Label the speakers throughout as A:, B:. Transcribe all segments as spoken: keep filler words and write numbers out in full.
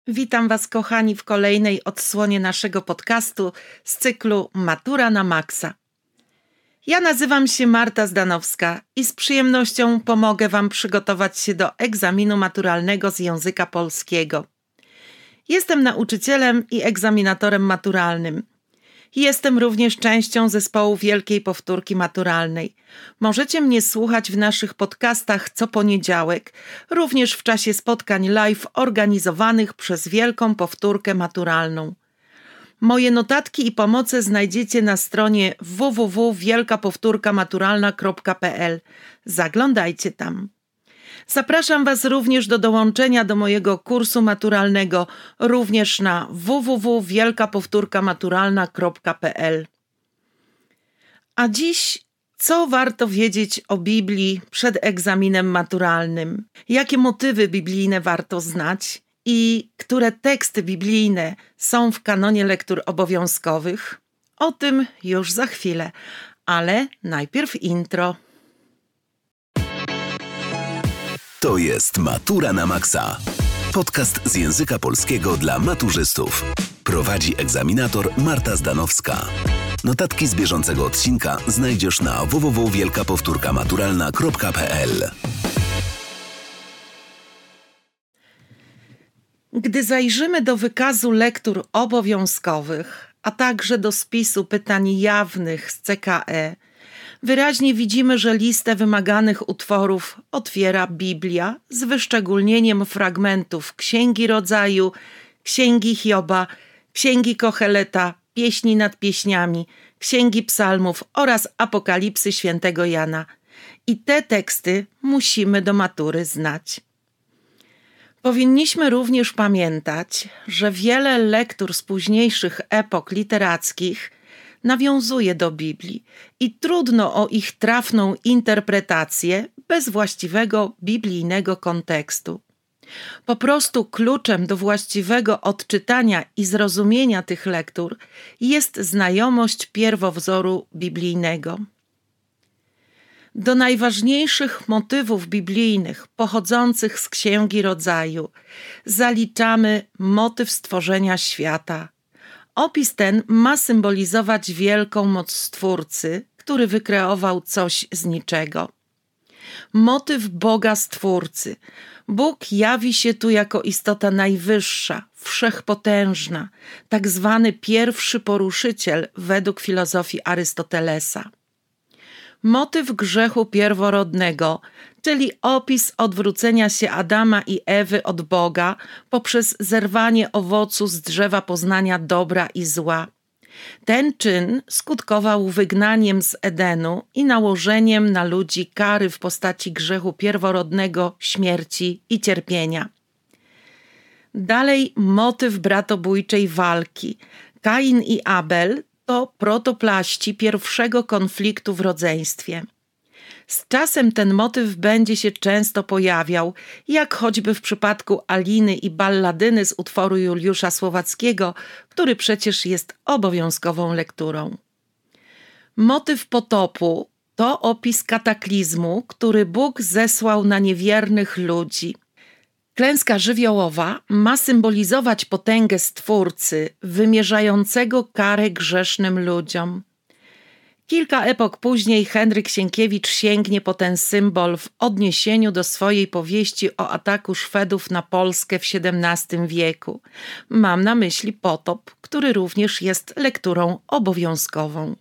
A: Witam Was, kochani, w kolejnej odsłonie naszego podcastu z cyklu Matura na Maksa. Ja nazywam się Marta Zdanowska i z przyjemnością pomogę Wam przygotować się do egzaminu maturalnego z języka polskiego. Jestem nauczycielem i egzaminatorem maturalnym. Jestem również częścią zespołu Wielkiej Powtórki Maturalnej. Możecie mnie słuchać w naszych podcastach co poniedziałek, również w czasie spotkań live organizowanych przez Wielką Powtórkę Maturalną. Moje notatki i pomoce znajdziecie na stronie w w w kropka wielka powtórka maturalna kropka p l. Zaglądajcie tam. Zapraszam Was również do dołączenia do mojego kursu maturalnego, również na w w w kropka wielka powtórka maturalna kropka p l. A dziś co warto wiedzieć o Biblii przed egzaminem maturalnym? Jakie motywy biblijne warto znać? I które teksty biblijne są w kanonie lektur obowiązkowych? O tym już za chwilę, ale najpierw intro.
B: To jest Matura na Maksa. Podcast z języka polskiego dla maturzystów. Prowadzi egzaminator Marta Zdanowska. Notatki z bieżącego odcinka znajdziesz na w w w kropka wielka powtórka maturalna kropka p l.
A: Gdy zajrzymy do wykazu lektur obowiązkowych, a także do spisu pytań jawnych z C K E, wyraźnie widzimy, że listę wymaganych utworów otwiera Biblia z wyszczególnieniem fragmentów Księgi Rodzaju, Księgi Hioba, Księgi Kocheleta, Pieśni nad Pieśniami, Księgi Psalmów oraz Apokalipsy Świętego Jana. I te teksty musimy do matury znać. Powinniśmy również pamiętać, że wiele lektur z późniejszych epok literackich nawiązuje do Biblii i trudno o ich trafną interpretację bez właściwego biblijnego kontekstu. Po prostu kluczem do właściwego odczytania i zrozumienia tych lektur jest znajomość pierwowzoru biblijnego. Do najważniejszych motywów biblijnych pochodzących z Księgi Rodzaju zaliczamy motyw stworzenia świata. Opis ten ma symbolizować wielką moc Stwórcy, który wykreował coś z niczego. Motyw Boga Stwórcy. Bóg jawi się tu jako istota najwyższa, wszechpotężna, tak zwany pierwszy poruszyciel według filozofii Arystotelesa. Motyw grzechu pierworodnego, czyli opis odwrócenia się Adama i Ewy od Boga poprzez zerwanie owocu z drzewa poznania dobra i zła. Ten czyn skutkował wygnaniem z Edenu i nałożeniem na ludzi kary w postaci grzechu pierworodnego, śmierci i cierpienia. Dalej motyw bratobójczej walki. Kain i Abel to protoplaści pierwszego konfliktu w rodzeństwie. Z czasem ten motyw będzie się często pojawiał, jak choćby w przypadku Aliny i Balladyny z utworu Juliusza Słowackiego, który przecież jest obowiązkową lekturą. Motyw potopu to opis kataklizmu, który Bóg zesłał na niewiernych ludzi. Klęska żywiołowa ma symbolizować potęgę Stwórcy, wymierzającego karę grzesznym ludziom. Kilka epok później Henryk Sienkiewicz sięgnie po ten symbol w odniesieniu do swojej powieści o ataku Szwedów na Polskę w siedemnastym wieku. Mam na myśli Potop, który również jest lekturą obowiązkową.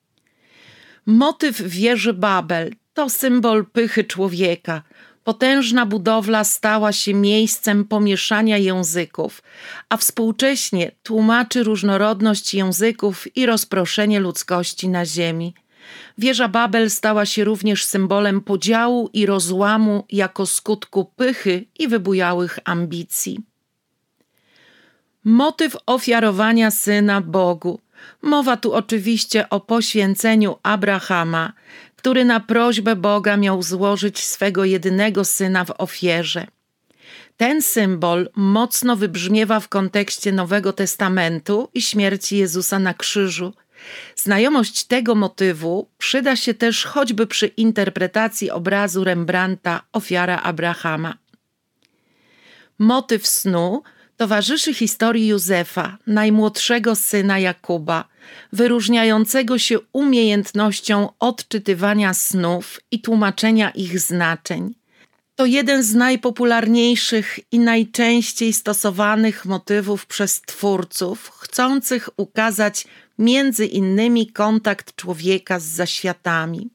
A: Motyw wieży Babel to symbol pychy człowieka. Potężna budowla stała się miejscem pomieszania języków, a współcześnie tłumaczy różnorodność języków i rozproszenie ludzkości na ziemi. Wieża Babel stała się również symbolem podziału i rozłamu jako skutku pychy i wybujałych ambicji. Motyw ofiarowania syna Bogu. Mowa tu oczywiście o poświęceniu Abrahama, który na prośbę Boga miał złożyć swego jedynego syna w ofierze. Ten symbol mocno wybrzmiewa w kontekście Nowego Testamentu i śmierci Jezusa na krzyżu. Znajomość tego motywu przyda się też choćby przy interpretacji obrazu Rembrandta Ofiara Abrahama. Motyw snu towarzyszy historii Józefa, najmłodszego syna Jakuba, wyróżniającego się umiejętnością odczytywania snów i tłumaczenia ich znaczeń. To jeden z najpopularniejszych i najczęściej stosowanych motywów przez twórców, chcących ukazać między innymi kontakt człowieka z zaświatami.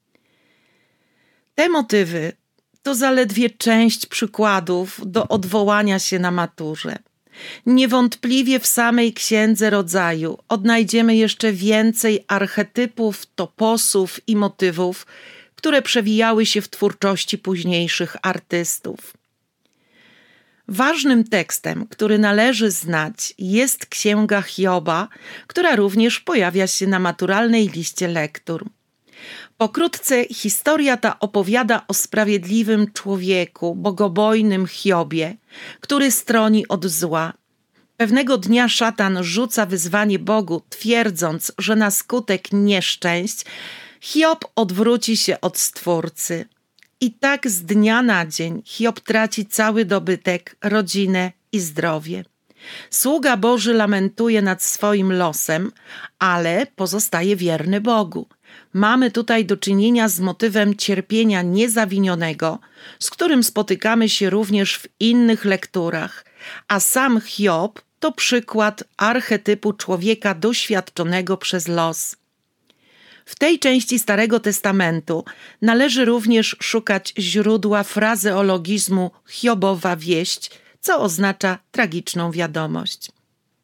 A: Te motywy to zaledwie część przykładów do odwołania się na maturze. Niewątpliwie w samej Księdze Rodzaju odnajdziemy jeszcze więcej archetypów, toposów i motywów, które przewijały się w twórczości późniejszych artystów. Ważnym tekstem, który należy znać, jest Księga Hioba, która również pojawia się na maturalnej liście lektur. Pokrótce historia ta opowiada o sprawiedliwym człowieku, bogobojnym Hiobie, który stroni od zła. Pewnego dnia szatan rzuca wyzwanie Bogu, twierdząc, że na skutek nieszczęść Hiob odwróci się od Stwórcy. I tak z dnia na dzień Hiob traci cały dobytek, rodzinę i zdrowie. Sługa Boży lamentuje nad swoim losem, ale pozostaje wierny Bogu. Mamy tutaj do czynienia z motywem cierpienia niezawinionego, z którym spotykamy się również w innych lekturach, a sam Hiob to przykład archetypu człowieka doświadczonego przez los. W tej części Starego Testamentu należy również szukać źródła frazeologizmu Hiobowa wieść, co oznacza tragiczną wiadomość.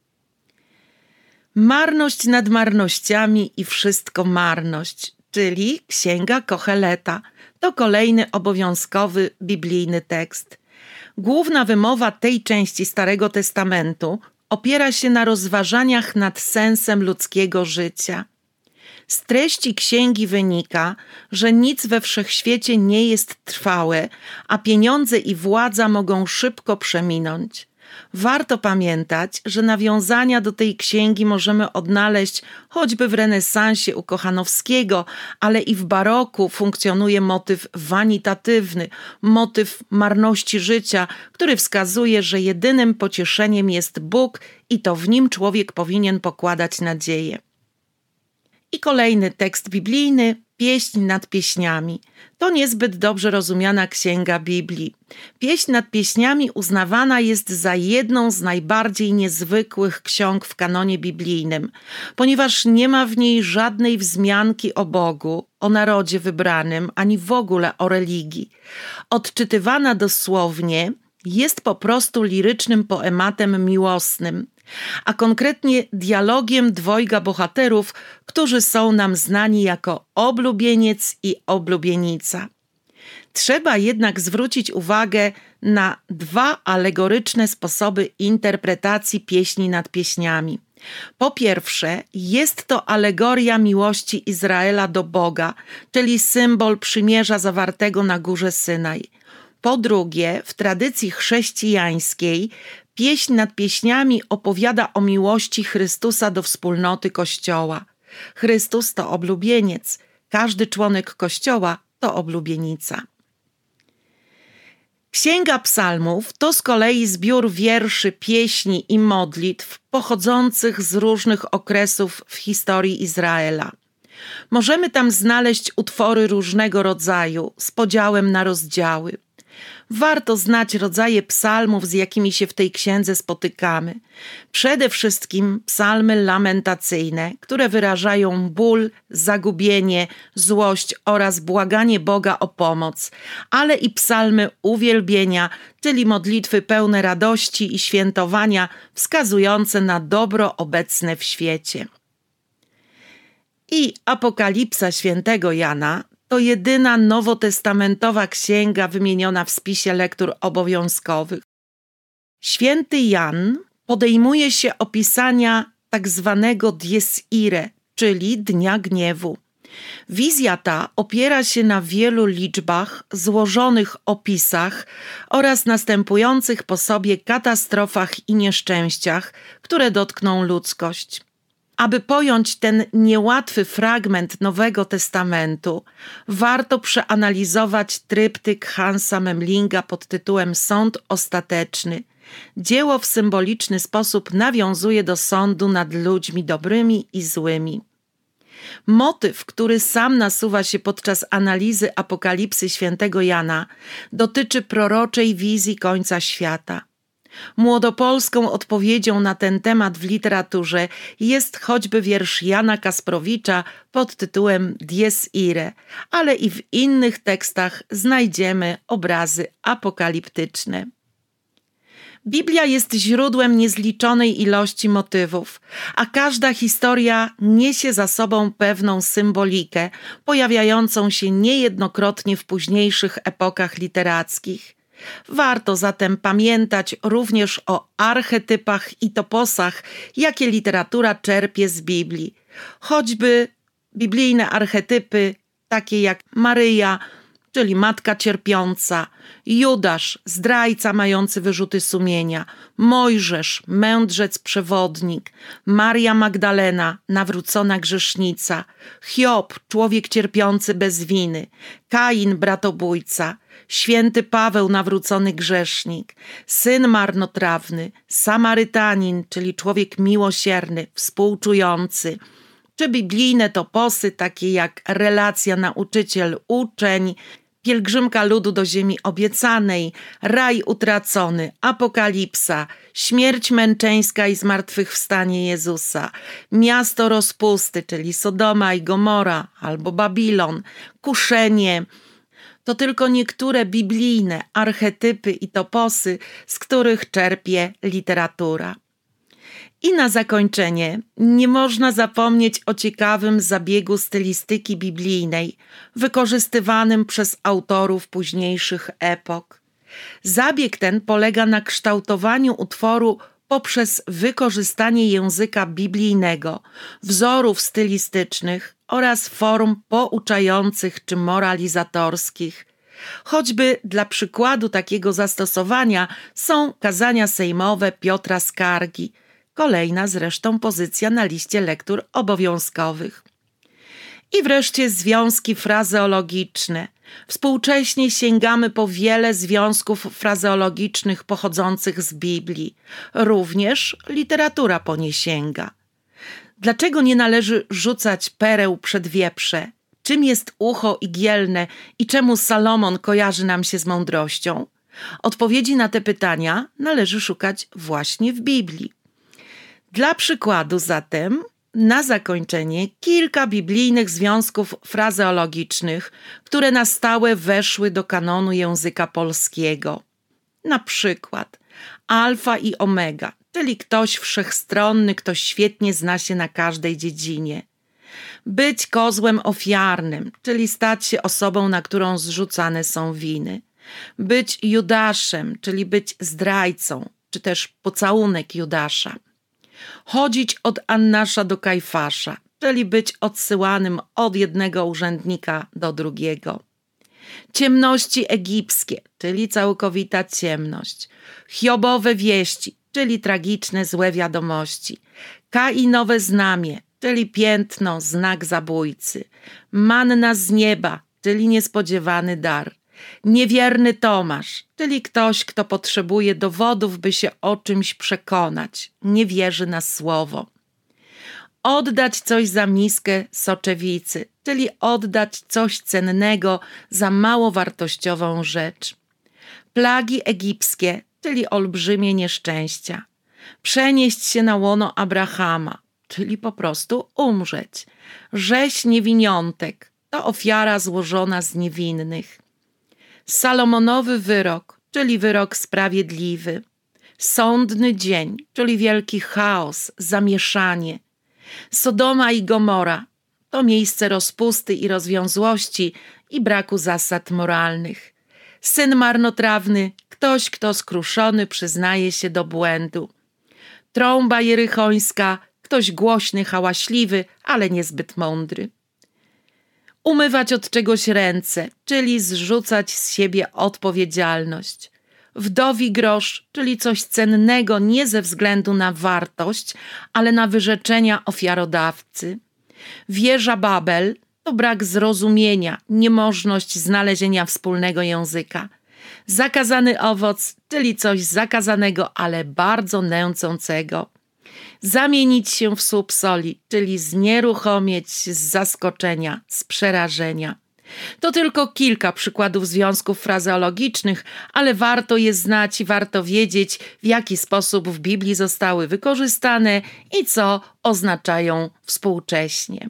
A: Marność nad marnościami i wszystko marność, czyli Księga Kocheleta, to kolejny obowiązkowy biblijny tekst. Główna wymowa tej części Starego Testamentu opiera się na rozważaniach nad sensem ludzkiego życia. Z treści księgi wynika, że nic we wszechświecie nie jest trwałe, a pieniądze i władza mogą szybko przeminąć. Warto pamiętać, że nawiązania do tej księgi możemy odnaleźć choćby w renesansie u Kochanowskiego, ale i w baroku funkcjonuje motyw wanitatywny, motyw marności życia, który wskazuje, że jedynym pocieszeniem jest Bóg i to w Nim człowiek powinien pokładać nadzieję. I kolejny tekst biblijny, Pieśń nad pieśniami. To niezbyt dobrze rozumiana księga Biblii. Pieśń nad pieśniami uznawana jest za jedną z najbardziej niezwykłych ksiąg w kanonie biblijnym, ponieważ nie ma w niej żadnej wzmianki o Bogu, o narodzie wybranym, ani w ogóle o religii. Odczytywana dosłownie, jest po prostu lirycznym poematem miłosnym, a konkretnie dialogiem dwojga bohaterów, którzy są nam znani jako oblubieniec i oblubienica. Trzeba jednak zwrócić uwagę na dwa alegoryczne sposoby interpretacji pieśni nad pieśniami. Po pierwsze, jest to alegoria miłości Izraela do Boga, czyli symbol przymierza zawartego na górze Synaj. Po drugie, w tradycji chrześcijańskiej Pieśń nad pieśniami opowiada o miłości Chrystusa do wspólnoty Kościoła. Chrystus to oblubieniec, każdy członek Kościoła to oblubienica. Księga Psalmów to z kolei zbiór wierszy, pieśni i modlitw pochodzących z różnych okresów w historii Izraela. Możemy tam znaleźć utwory różnego rodzaju z podziałem na rozdziały. Warto znać rodzaje psalmów, z jakimi się w tej księdze spotykamy. Przede wszystkim psalmy lamentacyjne, które wyrażają ból, zagubienie, złość oraz błaganie Boga o pomoc, ale i psalmy uwielbienia, czyli modlitwy pełne radości i świętowania, wskazujące na dobro obecne w świecie. I Apokalipsa świętego Jana to jedyna nowotestamentowa księga wymieniona w spisie lektur obowiązkowych. Święty Jan podejmuje się opisania tak zwanego dies irae, czyli Dnia Gniewu. Wizja ta opiera się na wielu liczbach, złożonych opisach oraz następujących po sobie katastrofach i nieszczęściach, które dotkną ludzkość. Aby pojąć ten niełatwy fragment Nowego Testamentu, warto przeanalizować tryptyk Hansa Memlinga pod tytułem Sąd Ostateczny, Dzieło w symboliczny sposób nawiązuje do sądu nad ludźmi dobrymi i złymi. Motyw, który sam nasuwa się podczas analizy Apokalipsy świętego Jana, dotyczy proroczej wizji końca świata. Młodopolską odpowiedzią na ten temat w literaturze jest choćby wiersz Jana Kasprowicza pod tytułem Dies irae, ale i w innych tekstach znajdziemy obrazy apokaliptyczne. Biblia jest źródłem niezliczonej ilości motywów, a każda historia niesie za sobą pewną symbolikę, pojawiającą się niejednokrotnie w późniejszych epokach literackich. Warto zatem pamiętać również o archetypach i toposach, jakie literatura czerpie z Biblii. Choćby biblijne archetypy, takie jak Maryja, czyli matka cierpiąca, Judasz, zdrajca mający wyrzuty sumienia, Mojżesz, mędrzec przewodnik, Maria Magdalena, nawrócona grzesznica, Hiob, człowiek cierpiący bez winy, Kain, bratobójca, święty Paweł, nawrócony grzesznik, syn marnotrawny, Samarytanin, czyli człowiek miłosierny, współczujący, czy biblijne toposy takie jak relacja nauczyciel-uczeń, pielgrzymka ludu do ziemi obiecanej, raj utracony, apokalipsa, śmierć męczeńska i zmartwychwstanie Jezusa, miasto rozpusty, czyli Sodoma i Gomora albo Babilon, kuszenie. To tylko niektóre biblijne archetypy i toposy, z których czerpie literatura. I na zakończenie nie można zapomnieć o ciekawym zabiegu stylistyki biblijnej, wykorzystywanym przez autorów późniejszych epok. Zabieg ten polega na kształtowaniu utworu poprzez wykorzystanie języka biblijnego, wzorów stylistycznych oraz form pouczających czy moralizatorskich. Choćby dla przykładu takiego zastosowania są kazania sejmowe Piotra Skargi, kolejna zresztą pozycja na liście lektur obowiązkowych. I wreszcie związki frazeologiczne. Współcześnie sięgamy po wiele związków frazeologicznych pochodzących z Biblii. Również literatura po nie sięga. Dlaczego nie należy rzucać pereł przed wieprze? Czym jest ucho igielne i czemu Salomon kojarzy nam się z mądrością? Odpowiedzi na te pytania należy szukać właśnie w Biblii. Dla przykładu zatem, na zakończenie kilka biblijnych związków frazeologicznych, które na stałe weszły do kanonu języka polskiego. Na przykład alfa i omega, czyli ktoś wszechstronny, kto świetnie zna się na każdej dziedzinie. Być kozłem ofiarnym, czyli stać się osobą, na którą zrzucane są winy. Być Judaszem, czyli być zdrajcą, czy też pocałunek Judasza. Chodzić od Annasza do Kajfasza, czyli być odsyłanym od jednego urzędnika do drugiego. Ciemności egipskie, czyli całkowita ciemność. Hiobowe wieści, czyli tragiczne, złe wiadomości. Kainowe znamie, czyli piętno, znak zabójcy. Manna z nieba, czyli niespodziewany dar. Niewierny Tomasz, czyli ktoś, kto potrzebuje dowodów, by się o czymś przekonać, nie wierzy na słowo. Oddać coś za miskę soczewicy, czyli oddać coś cennego za mało wartościową rzecz. Plagi egipskie, czyli olbrzymie nieszczęścia. Przenieść się na łono Abrahama, czyli po prostu umrzeć. Rzeź niewiniątek, to ofiara złożona z niewinnych. Salomonowy wyrok, czyli wyrok sprawiedliwy. Sądny dzień, czyli wielki chaos, zamieszanie. Sodoma i Gomora to miejsce rozpusty i rozwiązłości i braku zasad moralnych. Syn marnotrawny, ktoś, kto skruszony przyznaje się do błędu. Trąba jerychońska, ktoś głośny, hałaśliwy, ale niezbyt mądry. Umywać od czegoś ręce, czyli zrzucać z siebie odpowiedzialność. Wdowi grosz, czyli coś cennego nie ze względu na wartość, ale na wyrzeczenia ofiarodawcy. Wieża Babel to brak zrozumienia, niemożność znalezienia wspólnego języka. Zakazany owoc, czyli coś zakazanego, ale bardzo nęcącego. Zamienić się w słup soli, czyli znieruchomieć z zaskoczenia, z przerażenia. To tylko kilka przykładów związków frazeologicznych, ale warto je znać i warto wiedzieć, w jaki sposób w Biblii zostały wykorzystane i co oznaczają współcześnie.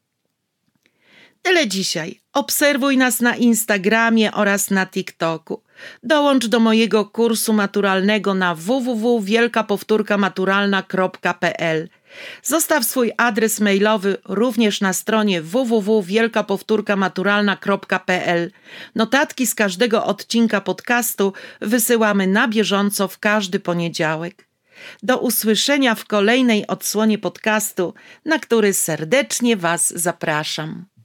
A: Tyle dzisiaj. Obserwuj nas na Instagramie oraz na TikToku. Dołącz do mojego kursu maturalnego na w w w kropka wielka powtórka maturalna kropka p l. Zostaw swój adres mailowy również na stronie w w w kropka wielka powtórka maturalna kropka p l. Notatki z każdego odcinka podcastu wysyłamy na bieżąco w każdy poniedziałek. Do usłyszenia w kolejnej odsłonie podcastu, na który serdecznie Was zapraszam.